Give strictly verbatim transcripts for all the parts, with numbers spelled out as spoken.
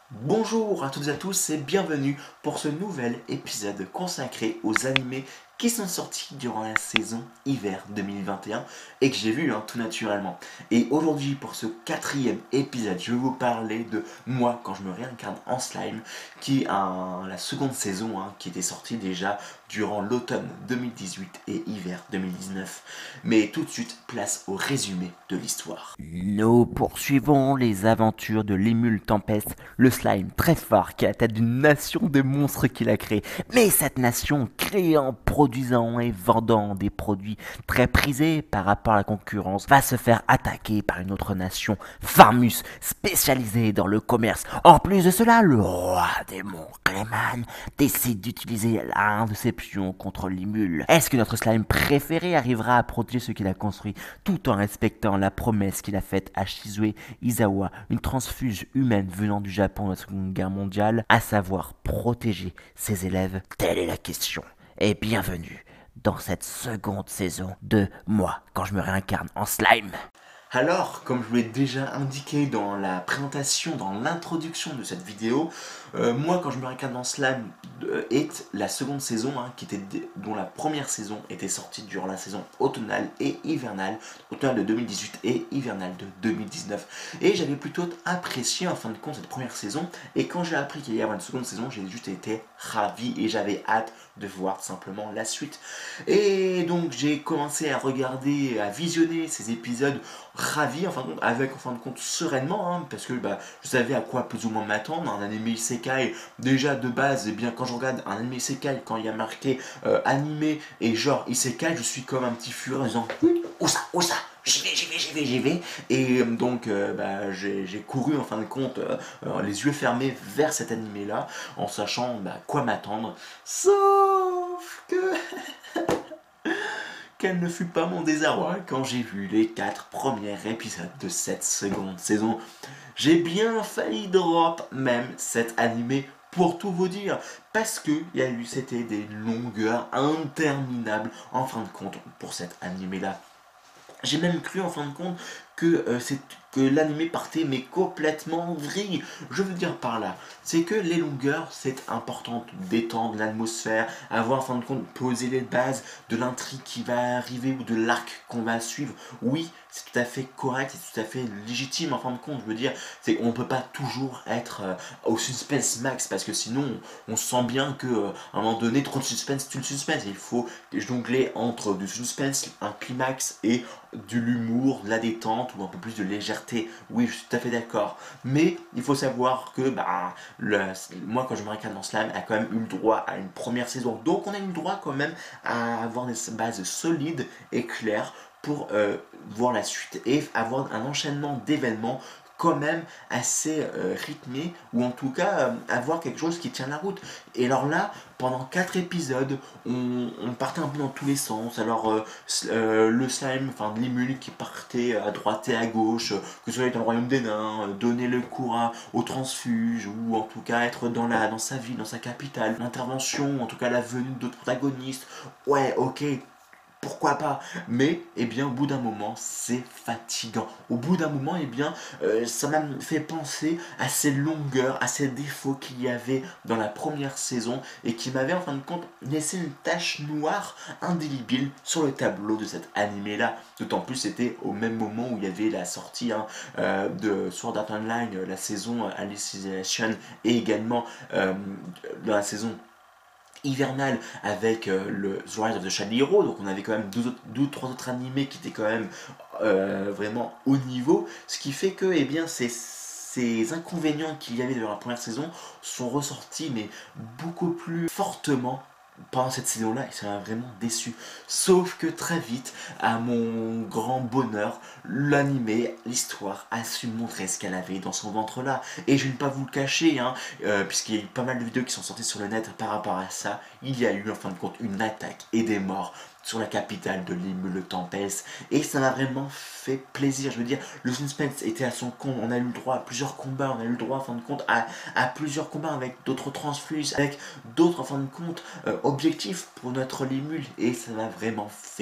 Bonjour à toutes et à tous et bienvenue pour ce nouvel épisode consacré aux animés qui sont sortis durant la saison hiver deux mille vingt et un et que j'ai vu hein, tout naturellement. Et aujourd'hui pour ce quatrième épisode, je vais vous parler de Moi quand je me réincarne en slime, qui est un- la seconde saison hein, qui était sortie déjà durant l'automne deux mille dix-huit et hiver deux mille dix-neuf. Mais tout de suite, place au résumé de l'histoire. Nous poursuivons les aventures de l'émule Tempest, le slime très fort qui est à la tête d'une nation de monstres qu'il a créée. Mais cette nation, créant, produisant et vendant des produits très prisés par rapport à la concurrence, va se faire attaquer par une autre nation, Farmus, spécialisée dans le commerce. En plus de cela, le roi démon Clayman décide d'utiliser l'un de ses pions contre l'émule. Est-ce que notre slime préféré arrivera à protéger ce qu'il a construit tout en respectant la promesse qu'il a faite à Shizue Izawa, une transfuge humaine venant du Japon de la Seconde Guerre mondiale, à savoir protéger ses élèves? Telle est la question. Et bienvenue dans cette seconde saison de Moi quand je me réincarne en slime. Alors, comme je vous l'ai déjà indiqué dans la présentation, dans l'introduction de cette vidéo, euh, moi quand je me réincarne dans Slime euh, est la seconde saison, hein, qui était, dont la première saison était sortie durant la saison automnale et hivernale, automnale de deux mille dix-huit et hivernale de deux mille dix-neuf. Et j'avais plutôt apprécié en fin de compte cette première saison, et quand j'ai appris qu'il y avait une seconde saison, j'ai juste été ravi et j'avais hâte de voir simplement la suite. Et donc j'ai commencé à regarder, à visionner ces épisodes ravi, en fin de compte, avec en fin de compte sereinement, hein, parce que bah, je savais à quoi plus ou moins m'attendre. Un anime isekai, déjà de base, et bien quand je regarde un anime isekai, quand il y a marqué euh, animé et genre isekai, je suis comme un petit furieux en disant où ça, où ça, j'y vais, j'y vais, j'y vais, j'y vais. Et euh, donc euh, bah, j'ai j'ai couru en fin de compte, euh, euh, les yeux fermés vers cet animé là, en sachant bah, quoi m'attendre. Sauf que quel ne fut pas mon désarroi quand j'ai vu les quatre premiers épisodes de cette seconde saison. J'ai bien failli drop même cet animé pour tout vous dire, parce que il y a eu c'était des longueurs interminables en fin de compte pour cet animé là. J'ai même cru en fin de compte que, euh, c'est, que l'animé partait mais complètement en vrille. Je veux dire par là, c'est que les longueurs, c'est important d'étendre l'atmosphère, avoir en fin de compte poser les bases de l'intrigue qui va arriver ou de l'arc qu'on va suivre. Oui, c'est tout à fait correct, c'est tout à fait légitime en fin de compte. Je veux dire, c'est qu'on ne peut pas toujours être euh, au suspense max parce que sinon on, on sent bien que euh, à un moment donné trop de suspense tue le suspense. Il faut jongler entre du suspense, un climax et de l'humour, de la détente ou un peu plus de légèreté. Oui, je suis tout à fait d'accord. Mais il faut savoir que bah, le, moi, quand je me réincarne dans Slam, a quand même eu le droit à une première saison. Donc, on a eu le droit quand même à avoir des bases solides et claires pour euh, voir la suite et avoir un enchaînement d'événements quand même assez euh, rythmé, ou en tout cas euh, avoir quelque chose qui tient la route. Et alors là, pendant quatre épisodes, on, on partait un peu dans tous les sens. Alors euh, euh, le slime, enfin de l'émule qui partait à droite et à gauche, euh, que ce soit dans le royaume des nains, euh, donner le cours à- aux transfuges, ou en tout cas être dans, la, dans sa ville, dans sa capitale, l'intervention, en tout cas la venue d'autres protagonistes. Ouais, ok, pourquoi pas, mais eh bien au bout d'un moment c'est fatigant, au bout d'un moment eh bien euh, ça m'a fait penser à ces longueurs, à ces défauts qu'il y avait dans la première saison et qui m'avaient en fin de compte laissé une tache noire indélébile sur le tableau de cet animé là. D'autant plus c'était au même moment où il y avait la sortie hein, euh, de Sword Art Online, la saison euh, Alicization, et également euh, dans la saison hivernale avec euh, le The Rise of the Shiny Hero. Donc on avait quand même deux, autres- deux trois autres animés qui étaient quand même euh, vraiment haut niveau, ce qui fait que eh bien ces, ces inconvénients qu'il y avait dans la première saison sont ressortis mais beaucoup plus fortement pendant cette saison-là, et ça m'a vraiment déçu. Sauf que très vite, à mon grand bonheur, l'animé, l'histoire a su montrer ce qu'elle avait dans son ventre-là. Et je ne vais pas vous le cacher, hein, euh, puisqu'il y a eu pas mal de vidéos qui sont sorties sur le net par rapport à ça, il y a eu en fin de compte une attaque et des morts sur la capitale de l'île le Tempest, et ça m'a vraiment fait plaisir. Je veux dire, le suspense était à son compte, on a eu le droit à plusieurs combats, on a eu le droit en fin de compte à, à plusieurs combats avec d'autres transfuges, avec d'autres en fin de compte euh, objectifs pour notre Limule, et ça m'a vraiment fait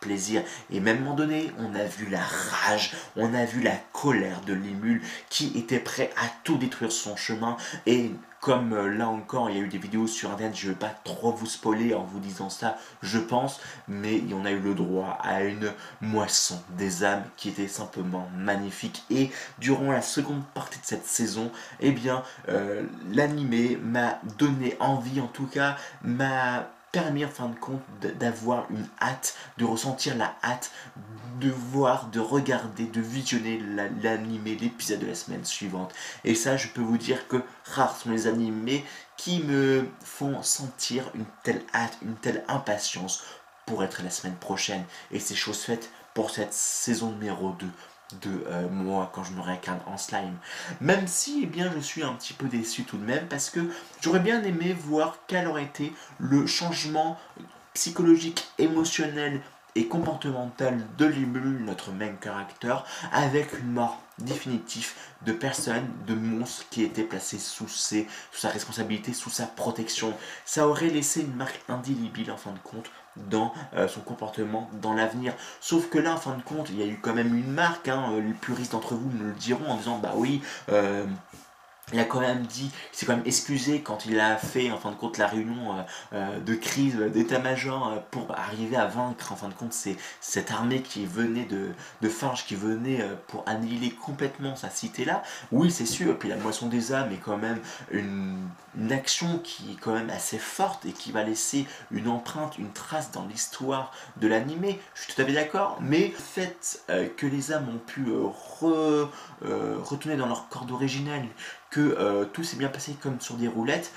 plaisir. Et même à un moment donné, on a vu la rage, on a vu la colère de Limul qui était prêt à tout détruire sur son chemin. Et comme euh, là encore, il y a eu des vidéos sur internet, je ne vais pas trop vous spoiler en vous disant ça, je pense, mais on a eu le droit à une moisson des âmes qui était simplement magnifique. Et durant la seconde partie de cette saison, eh bien, euh, l'animé m'a donné envie, en tout cas, m'a permis en fin de compte d'avoir une hâte, de ressentir la hâte, de voir, de regarder, de visionner l'animé, l'épisode de la semaine suivante. Et ça, je peux vous dire que rares sont les animés qui me font sentir une telle hâte, une telle impatience pour être la semaine prochaine. Et c'est chose faite pour cette saison numéro deux de euh, moi quand je me réincarne en slime. Même si eh bien, je suis un petit peu déçu tout de même parce que j'aurais bien aimé voir quel aurait été le changement psychologique, émotionnel et comportemental de Limul, notre main character, avec une mort définitive de personnes, de monstres qui étaient placés sous, ses, sous sa responsabilité, sous sa protection. Ça aurait laissé une marque indélébile en fin de compte dans euh, son comportement dans l'avenir. Sauf que là, en fin de compte, il y a eu quand même une marque, hein, les puristes d'entre vous me le diront en disant, bah oui, euh, il a quand même dit, il s'est quand même excusé quand il a fait en fin de compte la réunion euh, euh, de crise d'état-major euh, pour arriver à vaincre en fin de compte c'est cette armée qui venait de, de Farge, qui venait euh, pour annihiler complètement sa cité là. Oui, c'est sûr, et puis la moisson des âmes est quand même une, une action qui est quand même assez forte et qui va laisser une empreinte, une trace dans l'histoire de l'animé. Je suis tout à fait d'accord, mais le fait euh, que les âmes ont pu euh, re, euh, retourner dans leur corps originel, que euh, tout s'est bien passé comme sur des roulettes,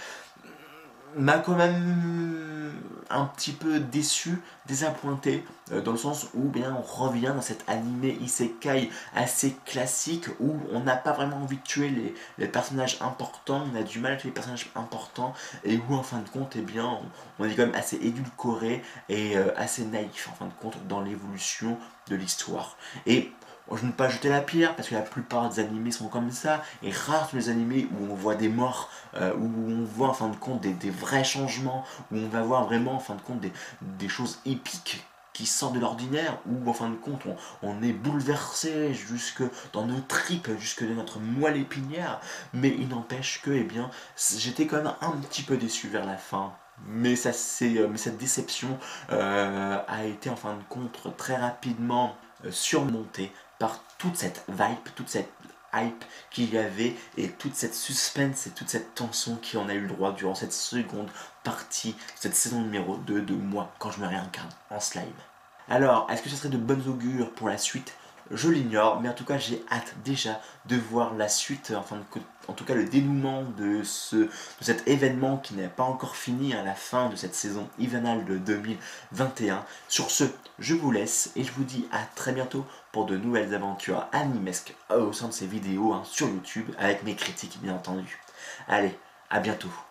m'a quand même un petit peu déçu, désappointé, euh, dans le sens où bien on revient dans cet animé isekai assez classique où on n'a pas vraiment envie de tuer les, les personnages importants, on a du mal à tuer les personnages importants, et où en fin de compte eh bien, on, on est quand même assez édulcoré et euh, assez naïf en fin de compte dans l'évolution de l'histoire. Et je ne veux pas jeter la pierre parce que la plupart des animés sont comme ça, et rares sont les animés où on voit des morts, euh, où on voit en fin de compte des, des vrais changements, où on va voir vraiment en fin de compte des, des choses épiques qui sortent de l'ordinaire, où en fin de compte on, on est bouleversé jusque dans nos tripes, jusque dans notre moelle épinière. Mais il n'empêche que eh bien, j'étais quand même un petit peu déçu vers la fin. Mais, ça, euh, mais cette déception euh, a été en fin de compte très rapidement euh, surmontée par toute cette vibe, toute cette hype qu'il y avait et toute cette suspense et toute cette tension qui en a eu le droit durant cette seconde partie, cette saison numéro deux de moi quand je me réincarne en slime. Alors, est-ce que ce serait de bonnes augures pour la suite? Je l'ignore, mais en tout cas j'ai hâte déjà de voir la suite, enfin en tout cas le dénouement de, ce, de cet événement qui n'est pas encore fini à la fin de cette saison hivernale de deux mille vingt et un. Sur ce, je vous laisse et je vous dis à très bientôt pour de nouvelles aventures animesques au sein de ces vidéos hein, sur YouTube avec mes critiques bien entendu. Allez, à bientôt.